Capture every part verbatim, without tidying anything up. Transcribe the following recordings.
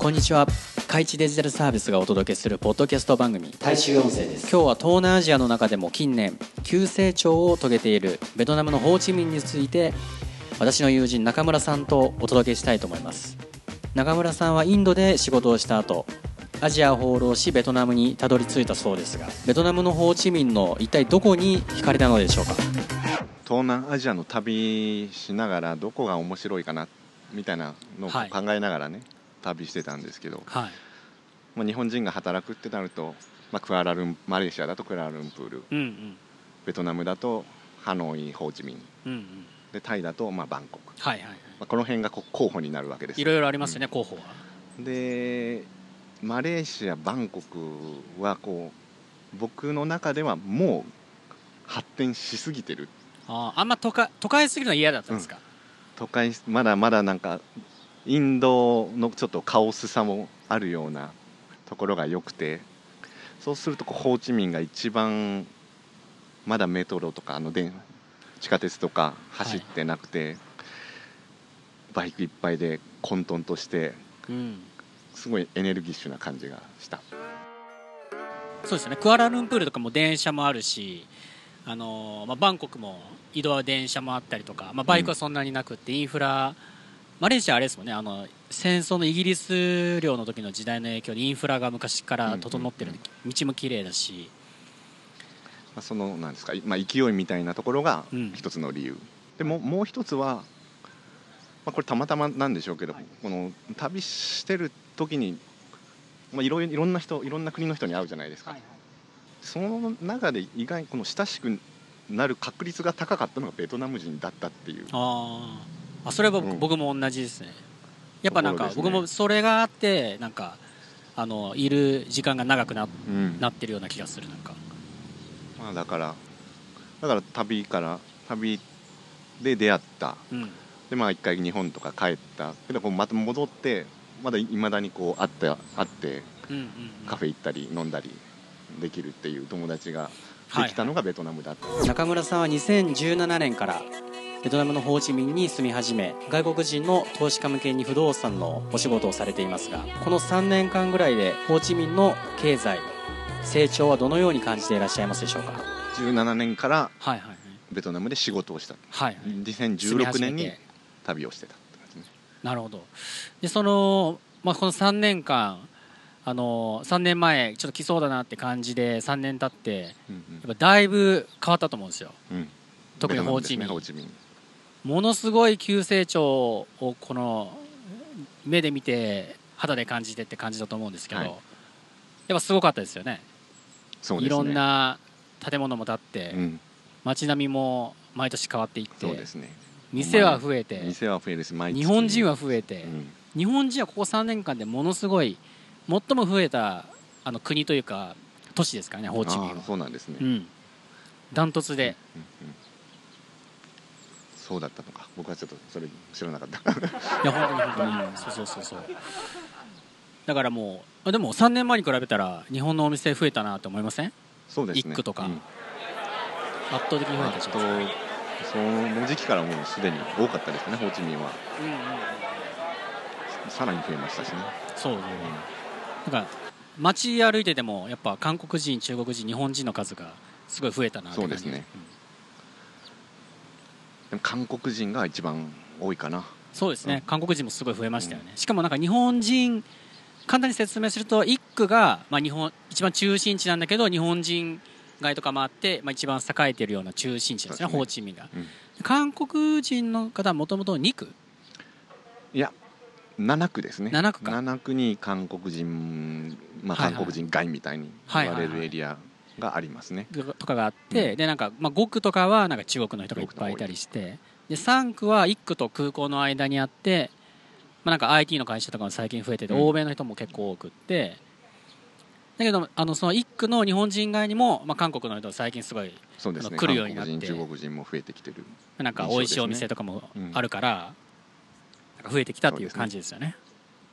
こんにちは。開智デジタルサービスがお届けするポッドキャスト番組大衆音声です。今日は東南アジアの中でも近年急成長を遂げているベトナムのホーチミンについて、私の友人中村さんとお届けしたいと思います。中村さんはインドで仕事をした後、アジアを放浪しベトナムにたどり着いたそうですが、ベトナムのホーチミンの一体どこに惹かれたのでしょうか。 東南アジアの旅しながらどこが面白いかなみたいなのを考えながらね、はい、旅してたんですけど、はい、まあ、日本人が働くってなると、まあ、クアラルンマレーシアだとクアラルンプール、うんうん、ベトナムだとハノイ、ホーチミン、うんうん、でタイだとまあバンコク、はいはいはい、まあ、この辺がこ候補になるわけです。 いろいろありますよね、うん、候補は。 でマレーシアバンコクはこう僕の中ではもう発展しすぎてる。 あ, あんま都 会, 都会すぎるのは嫌だったんですか。うん、 都会まだまだなんかインドのちょっとカオスさもあるようなところが良くて、そうするとこうホーチミンが一番まだメトロとかあの電地下鉄とか走ってなくて、はい、バイクいっぱいで混沌として、うん、すごいエネルギッシュな感じがした。 そうですよね。クアラルンプールとかも電車もあるし、あのまあ、バンコクも移動は電車もあったりとか、まあ、バイクはそんなになくって、うん、インフラマレーシアあれですもんね、あの戦争のイギリス領の時の時代の影響でインフラが昔から整ってる、うんうんうん、道も綺麗だし、 まあ、そのなんですか、まあ、勢いみたいなところが一つの理由、うん、でももう一つは、まあ、これたまたまなんでしょうけど、はい、この旅してる時に、まあ、いろいろんな人いろんな国の人に会うじゃないですか、はいはい、その中で意外にこの親しくなる確率が高かったのがベトナム人だったっていう。 ああ、それは僕、うん、僕も同じですね。やっぱなんか僕もそれがあってなんかあのいる時間が長く な,、うん、なってるような気がする。なんか、 まあ、だからだから旅から旅で出会った、うん、でまあ一回日本とか帰ったけどこうまた戻ってまだいまだにこう会って会って、うんうんうん、カフェ行ったり飲んだりできるっていう友達ができたのがベトナムだった、はいはい、 中村さんはにせんじゅうななねんからベトナムのホーチミンに住み始め、外国人の投資家向けに不動産のお仕事をされていますが、このさんねんかんぐらいでホーチミンの経済成長はどのように感じていらっしゃいますでしょうか。 じゅうななねんからベトナムで仕事をした、はいはい、にせんじゅうろくねんに旅をしてたって感じ、ね、 なるほど。でその、まあ、このさんねんかんあのさんねんまえちょっと来そうだなって感じでさんねん経って、うんうん、やっぱだいぶ変わったと思うんですよ、うん、特にホーチミン、ね、ホーチミンものすごい急成長をこの目で見て肌で感じてって感じだと思うんですけど、はい、やっぱすごかったですよね。そうですね、いろんな建物も建って、うん、街並みも毎年変わっていって、そうですね、店は増えて、 店は増えるし毎日日本人は増えて、うん、日本人はここさんねんかんでものすごい最も増えたあの国というか都市ですからね、ホーチミンは。 そうなんですね、 うん、ダントツで、うんうんうん、 そうだったのか、僕はちょっとそれ知らなかったいや本当に本当にそうそうそうそう。だからもうでもさんねんまえに比べたら日本のお店増えたなと思いません？ そうですね、 イックとか、うん、圧倒的に増えたじゃないですか。 その時期からもうすでに多かったですね、ホーチミンは、うんうんうん、さらに増えましたしね。 そうそう、うん、なんか街歩いててもやっぱ韓国人、中国人、日本人の数がすごい増えたなって感じ。 そうですね、うん、でも韓国人が一番多いかな。 そうですね、うん、韓国人もすごい増えましたよね、うん、しかもなんか日本人簡単に説明するとイックが、まあ、日本一番中心地なんだけど日本人街とかもあって、まあ、一番栄えているような中心地ですね、ホーチミンが、うん、韓国人の方はもともとにく、 いやななくですね。 ななくか、 ななくに韓国人、まあ、韓国人街みたいに言われるエリアがありますね、 とかがあって、うん、でなんか、まあ、ごくとかはなんか中国の人がいっぱいいたりして、でさんくはイックと空港の間にあって、まあ、なんか アイティー の会社とかも最近増えてて、うん、欧米の人も結構多くって、だけどあのそのイックの日本人街にも、まあ、韓国の人が最近すごい、そうですね、来るようになって、 韓国人、中国人も増えてきてる、 なんか美味しいお店とかもあるから、うん、なんか増えてきたっていう感じですよね。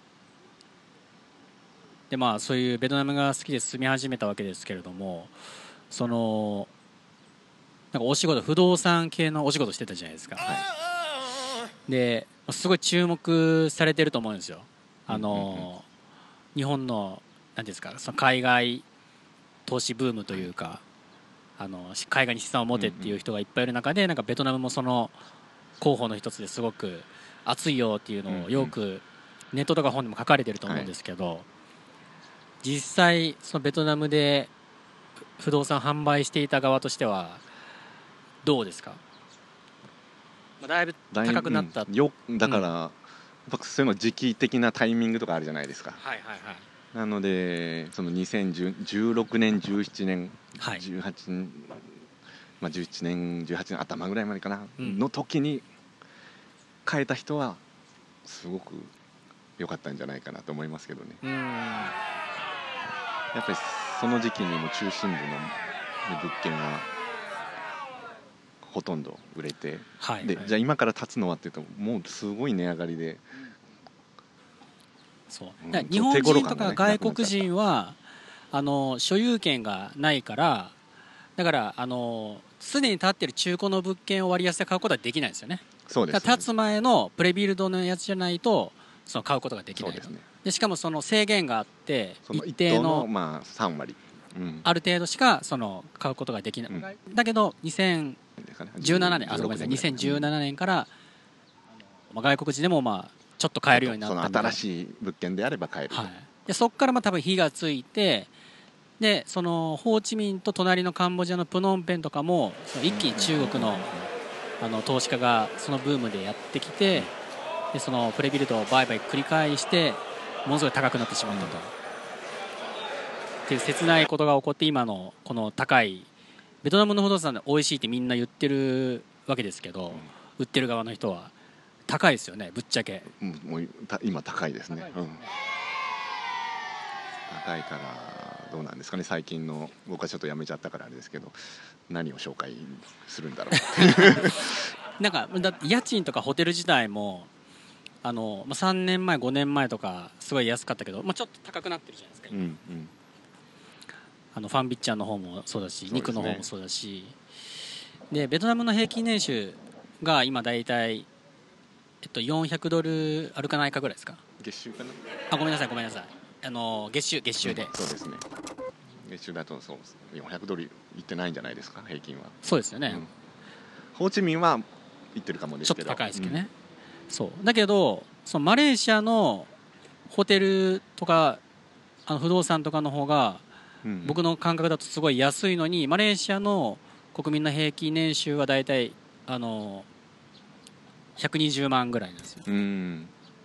でまあそういうベトナムが好きで住み始めたわけですけれども、そのなんかお仕事不動産系のお仕事してたじゃないですか、はい、ですごい注目されてると思うんですよ。あの、うんうんうん、 日本の何ですか、その海外投資ブームというか、あの海外に資産を持てっていう人がいっぱいいる中で、なんかベトナムもその候補の一つですごく熱いよっていうのをよくネットとか本でも書かれてると思うんですけど、実際そのベトナムで不動産販売していた側としてはどうですか？だいぶ高くなった、 うん、よだから、うん、やっぱそういうの時期的なタイミングとかあるじゃないですか。 はいはいはい。 なのでそのにせんじゅうろくねんじゅうななねん、はい、じゅうはち、まあ、じゅうななねんじゅうはちねん頭ぐらいまでかな、うん、の時に買えた人はすごく良かったんじゃないかなと思いますけどね。うん、やっぱりその時期にも中心部の物件はほとんど売れて、はいはい、でじゃあ今から建つのはって言うともうすごい値上がりで、 そうだから日本人とか外国人はあの所有権がないから、だからあのすでに建っている中古の物件を割安で買うことはできないんですよね。 そうですね。 建つ前のプレビルドのやつじゃないとその買うことができない。そうですね。でしかもその制限があって一定のまあさん割、 うん、ある程度しかその買うことができない、うん、だけどにせんじゅうななねんあごめんなさいにせんじゅうななねんから、うん、まあ、外国人でもまあちょっと買えるようになったみたいな。 その新しい物件であれば買える、はい、 でそこからまあ多分火がついて、でそのホーチミンと隣のカンボジアのプノンペンとかも一気に中国のあの投資家がそのブームでやってきて、でそのプレビルドを売買繰り返してものすごい高くなってしまったと、うん、っていう切ないことが起こって、今のこの高いベトナムの不動産で美味しいってみんな言ってるわけですけど、うん、売ってる側の人は高いですよね、ぶっちゃけ。 うん、もう今高いですね。高いですね、うん、高いからどうなんですかね、最近の僕はちょっとやめちゃったからあれですけど、何を紹介するんだろうっていうなんかだ家賃とかホテル自体もあのさんねんまえごねんまえとかすごい安かったけど、まあ、ちょっと高くなってるじゃないですか、うんうん、あのファンビッチャーの方もそうだし、ね、肉の方もそうだし、でベトナムの平均年収が今だいたい、えっと、よんひゃくドルあるかないかぐらいですか。 月収かなあ、ごめんなさいごめんなさい、あの月収月収で、 うん、そうですね、月収だとそうよんひゃくドルいってないんじゃないですか、平均は。 そうですよね、うん、 ホーチミンはいってるかもですけどちょっと高いですけどね、うん、そうだけどそのマレーシアのホテルとかあの不動産とかの方が、うん、僕の感覚だとすごい安いのに、マレーシアの国民の平均年収はだいたいあのひゃくにじゅうまんぐらいなんですよ。うん、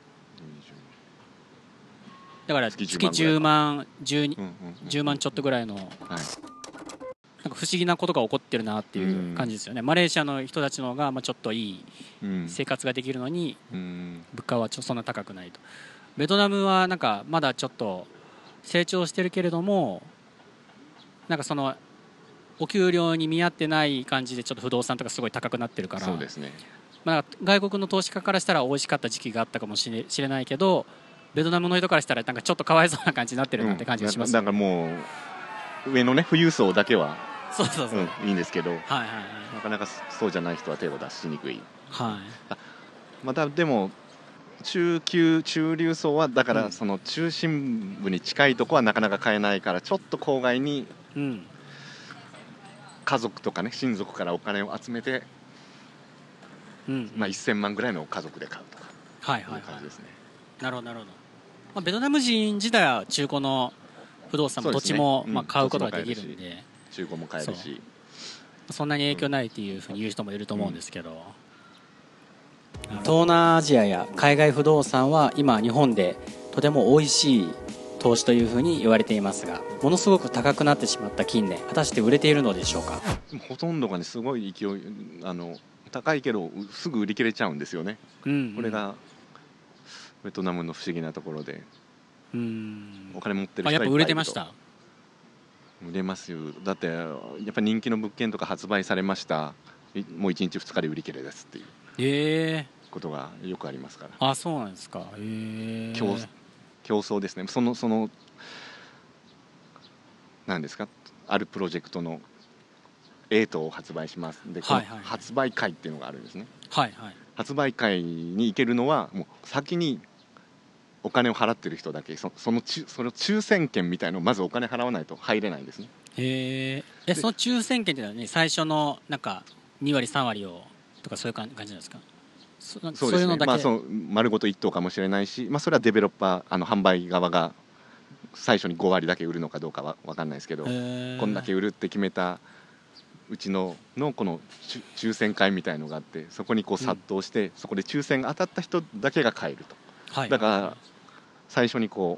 だから月じゅうまん、じゅうまんちょっとぐらいの、はい、なんか不思議なことが起こってるなっていう感じですよね。マレーシアの人たちの方がまあちょっといい生活ができるのに、物価はちょっとそんな高くないと。ベトナムはなんかまだちょっと成長してるけれども、なんかそのお給料に見合ってない感じでちょっと不動産とかすごい高くなってるから、 そうですね、 まあ、外国の投資家からしたら美味しかった時期があったかもしれ、しれないけど、ベトナムの人からしたらなんかちょっとかわいそうな感じになってるなって感じがします、ね、 うん、だからもう上のね富裕層だけはそうそうそう、 うん、いいんですけど、はいはいはい、なかなかそうじゃない人は手を出しにくい、はい、またでも中級中流層はだからその中心部に近いとこはなかなか買えないから、ちょっと郊外に家族とかね親族からお金を集めて、うんまあ、せんまんぐらいの家族で買うとか、はいはいはい、いう感じですね。 なるほどなるほど、まあ、ベトナム人自体は中古の不動産も土地もまあ買うことができるんで、 中古も買えるしそ, そんなに影響ないっていうふうに言う人もいると思うんですけど、うん東南アジアや海外不動産は今日本でとても美味しい投資というふうに言われていますが、ものすごく高くなってしまった近年、果たして売れているのでしょうか。 ほとんどがねすごい勢いあの高いけどすぐ売り切れちゃうんですよね、うんうん、これがベトナムの不思議なところで、うん、お金持ってる人がいっぱいいると、あ、やっぱ売れてました。売れますよ。だってやっぱ人気の物件とか発売されました、もういちにちふつかで売り切れですっていう、えーことがよくありますから。 あ、そうなんですか。へえ。 競競争ですね。そのその何ですか、あるプロジェクトのエイトを発売しますで、はいはいはい、発売会っていうのがあるんですね。はいはい、発売会に行けるのはもう先にお金を払ってる人だけ そ, そのちその抽選券みたいのをまずお金払わないと入れないんですね。 へえ。その抽選券っていうのは、ね、最初のなんかにわりさんわりをとかそういう感じなんですか。そ, そうですね、 そういうのだけ、 まあ、その丸ごといっとうかもしれないし、まあ、それはデベロッパーあの販売側が最初にごわりだけ売るのかどうかは分かんないですけど、こんだけ売るって決めたうちののこの抽選会みたいのがあって、そこにこう殺到して、うん、そこで抽選が当たった人だけが買えると、はい、だから最初にこ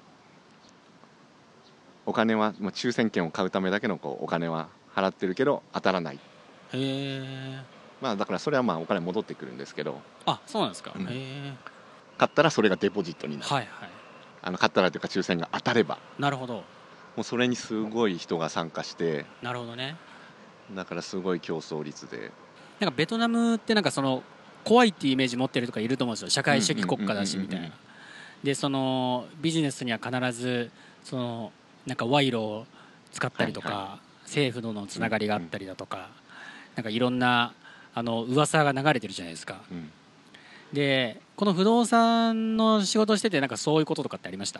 うお金は、まあ、抽選券を買うためだけのこうお金は払ってるけど当たらない。へえ。まあだからそれはまあお金戻ってくるんですけど。 あ、そうなんですか。うん、へえ。 買ったらそれがデポジットになる。 はいはい。 あの買ったらというか抽選が当たれば。 なるほど。 もうそれにすごい人が参加して。 なるほどね。 だからすごい競争率で、 なんかベトナムってなんかその怖いっていうイメージ持ってる人がいると思うんですよ。社会主義国家だしみたいな。でそのビジネスには必ずそのなんか賄賂を使ったりとか、はいはい、政府とのつながりがあったりだとか、うんうん、なんかいろんなあの噂が流れてるじゃないですか、うん、でこの不動産の仕事しててなんかそういうこととかってありました？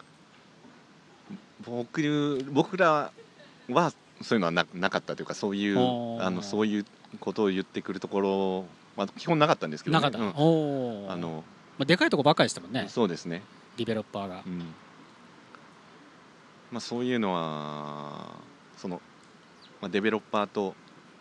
僕僕らはそういうのは な, なかったというか、そういうあのそういうことを言ってくるところ、まあ、基本なかったんですけど、ね、 なかった、うん、 おあのまあ、でかいとこばっかりでしたもんね。 そうですね、 ディベロッパーが、うん、 まあ、そういうのはその、まあ、デベロッパーと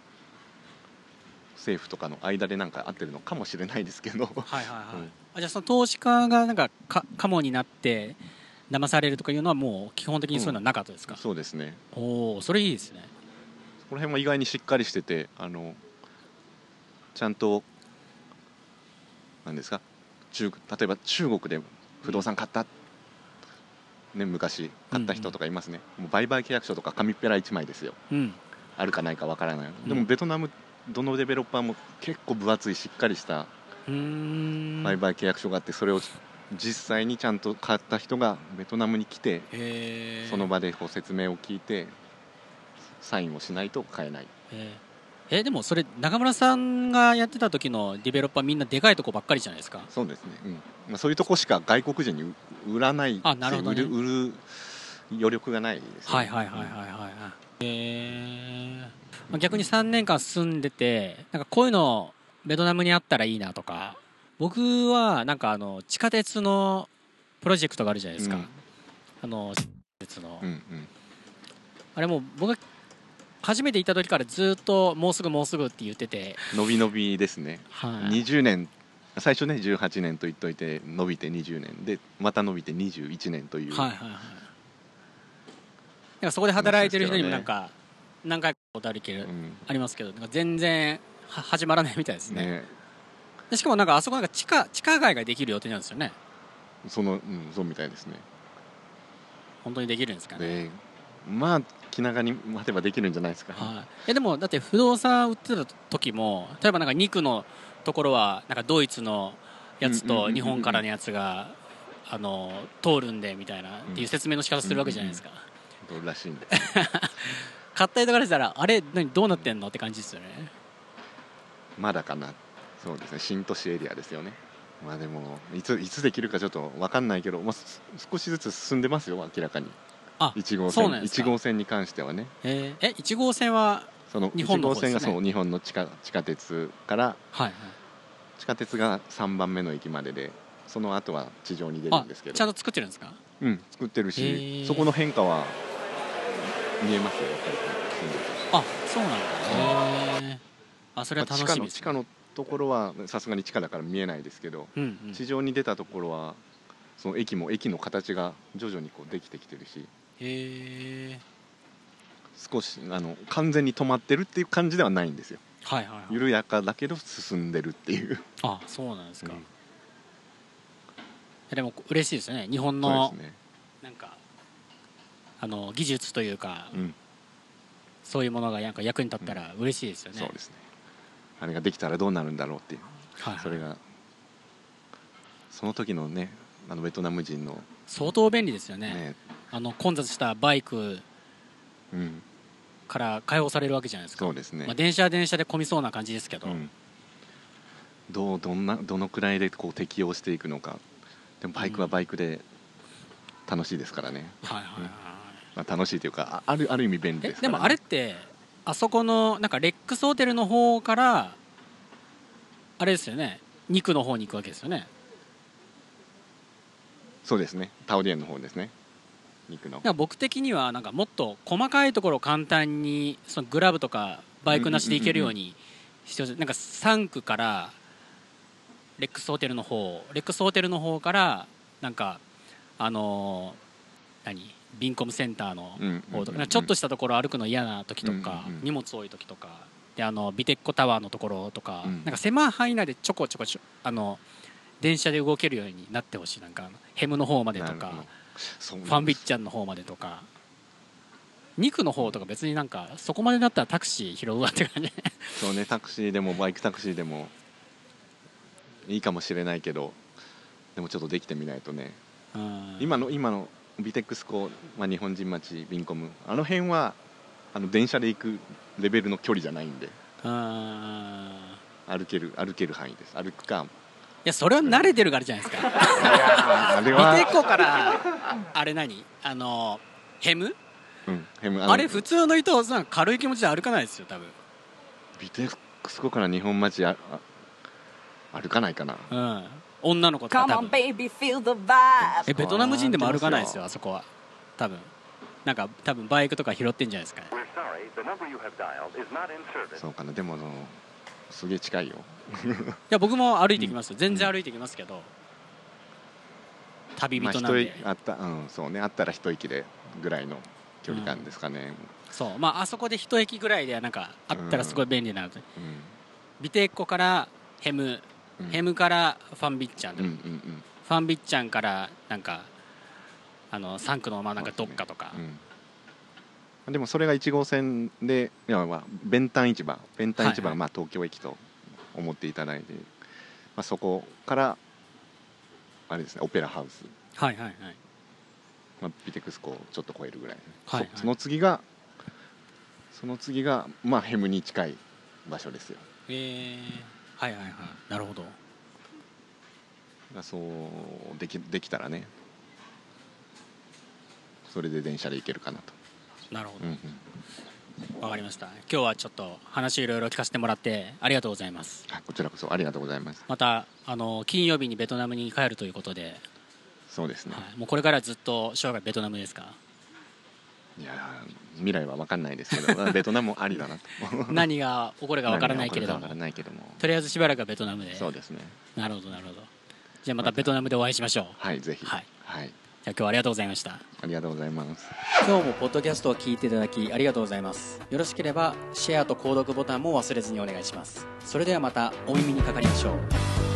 政府とかの間でなんか合ってるのかもしれないですけど、はいはいはい、うん、 あじゃあその投資家がなんかかカモになって騙されるとかいうのはもう基本的にそういうのはなかったですか？ うん、そうですね。 おお、それいいですね。 この辺も意外にしっかりしてて、あのちゃんとなんですか、中例えば中国で不動産買った、うん、ね、昔買った人とかいますね、うんうん、もう売買契約書とか紙っぺらいちまいですよ、うん、あるかないかわからない、うん、でもベトナムどのデベロッパーも結構分厚いしっかりした売買契約書があって、それを実際にちゃんと買った人がベトナムに来て、その場でこう説明を聞いてサインをしないと買えない。 えー、でもそれ中村さんがやってた時のディベロッパーみんなでかいとこばっかりじゃないですか。 そうですね、うん、まあ、そういうとこしか外国人に売らないし、 あ、なるほどね、 売る、売る余力がないですね。 はいはいはいはいはい、えーまあ、逆にさんねんかん住んでてなんかこういうのベトナムにあったらいいなとか、僕はなんかあの地下鉄のプロジェクトがあるじゃないですか、うん、あの地下鉄の、うんうん、あれもう僕が初めて行った時からずっともうすぐもうすぐって言ってて、 伸び伸びですね、はい、にじゅうねん最初ねじゅうはちねんと言っといて伸びてにじゅうねんでまた伸びてにじゅういちねんという、はいはいはい、なんかそこで働いてる人にもなんか何回かことあるけど、うん、ありますけどなんか全然始まらないみたいです ね, ねでしかもなんかあそこなんか地下地下街ができる予定なんですよね。 その、うん、そうみたいですね。 本当にできるんですかね。 まあ気長に待てばできるんじゃないですか、ね。 はい、えでもだって不動産売ってた時も例えばなんかにくのところはなんかドイツのやつと日本からのやつがあの通るんでみたいなっていう説明の仕方するわけじゃないですか。 どうらしいんです買った人からしたらあれ何どうなってんのって感じですよね。 まだかな。そうですね、新都市エリアですよね。まあでもいついつできるかちょっと分かんないけど、まあ、少しずつ進んでますよ明らかに。あ、いち号線いち号線に関してはね。 えー、えいち号線はその日本の方ですね。いち号線がそう日本の地下、地下鉄から、はいはい、地下鉄がさんばんめの駅まででその後は地上に出るんですけど。 ちゃんと作ってるんですか？ うん、作ってるしそこの変化は見えますよやっぱり。 あ、そうなんだね。あ、それは楽しみですね。 地下の、地下のところはさすがに地下だから見えないですけど、うんうん、地上に出たところはその駅も駅の形が徐々にこうできてきてるし、へ少しあの完全に止まってるっていう感じではないんですよ、はいはいはい、緩やかだけど進んでるっていう。 あ、そうなんですか、うん、でも嬉しいですよね日本の、ね、なんかあの技術というか、うん、そういうものがなんか役に立ったら嬉しいですよね、うん、 そうですね。あれができたらどうなるんだろうっていう、はいはい、それがその時のねあのベトナム人の相当便利ですよ ね, ねあの混雑したバイクから解放されるわけじゃないですか、 そうですね、 まあ、電車は電車で混みそうな感じですけど、うん、 どうどんなどのくらいでこう適応していくのか。でもバイクはバイクで楽しいですからね。 はいはいはい、うん、 まあ、楽しいというかあるある意味便利ですから、ね、 でもあれってあそこのなんかレックスホテルの方からあれですよね、肉の方に行くわけですよね。 そうですね、タオディエンの方ですね、肉の。 僕的にはなんかもっと細かいところを簡単にそのグラブとかバイクなしで行けるようにしてほしい。なんかさん区からレックスホテルの方レックスホテルの方からなんかあのー、何ビンコムセンターの方とか、ちょっとしたところ歩くの嫌な時とか、荷物多い時とかで、あのビテッコタワーのところとか、なんか狭い範囲内でちょこちょこちょあの電車で動けるようになってほしい。なんかヘムの方までとかファンビッチャンの方までとか、に区の方とか別になんかそこまでだったらタクシー拾うわって感じ。 そうね、タクシーでもバイクタクシーでもいいかもしれないけど、でもちょっとできてみないとね。今の今のビテックスコ、まあ、日本人町ビンコム、あの辺はあの電車で行くレベルの距離じゃないんで、歩ける歩ける範囲です。歩くか、 いやそれは慣れてるからじゃないですか。あれはビテッコからあれ何あのヘム、うん、ヘム あ, あれ普通の人は軽い気持ちで歩かないですよ多分。 ビテックスコから日本町ああ歩かないかな、 うん、女の子とか多分えベトナム人でも歩かないですよあそこは多分。なんか多分バイクとか拾ってんじゃないですかね。 そうかな。でもすげえ近いよ。 いや僕も歩いてきますよ、うん、全然歩いてきますけど、うん、旅人なんで、 まあ、あった、うん、そうね、あったら一息でぐらいの距離感ですかね、 うん、そう、まああそこで一駅ぐらいでなんかあったらすごい便利なので、うん、ビテッコからヘム、うん、ヘムからファンビッチャン、うんうんうん、ファンビッチャンからなんかあのさん区のまあなんかどっかとか、 うん、でもそれがいち号線で、いやまあ弁丹市場弁丹市場がまあ東京駅と思っていただいて、はいはい、まあ、そこからあれですね、オペラハウス、 はいはいはい、 まあ、ビテクスコをちょっと超えるぐらい、 はいはい、 そ, その次がその次がまあヘムに近い場所ですよ。 えー、はいはいはい、なるほど。 そうでき、できたらね、それで電車で行けるかなと。 なるほど、うんうん、分かりました。今日はちょっと話いろいろ聞かせてもらってありがとうございます。 こちらこそありがとうございます。 またあの金曜日にベトナムに帰るということで。 そうですね、 はい、もうこれからずっと生涯ベトナムですか？ いや未来は分かんないですけどベトナムもありだなと何が起こるか分からないけれども、とりあえずしばらくはベトナムで。 そうですね。 なるほどなるほど。じゃあまたベトナムでお会いしましょう。 はい、ぜひ。 はい、 はい、 じゃあ今日はありがとうございました。 ありがとうございます。 今日もポッドキャストを聞いていただきありがとうございます。よろしければシェアと購読ボタンも忘れずにお願いします。それではまたお耳にかかりましょう。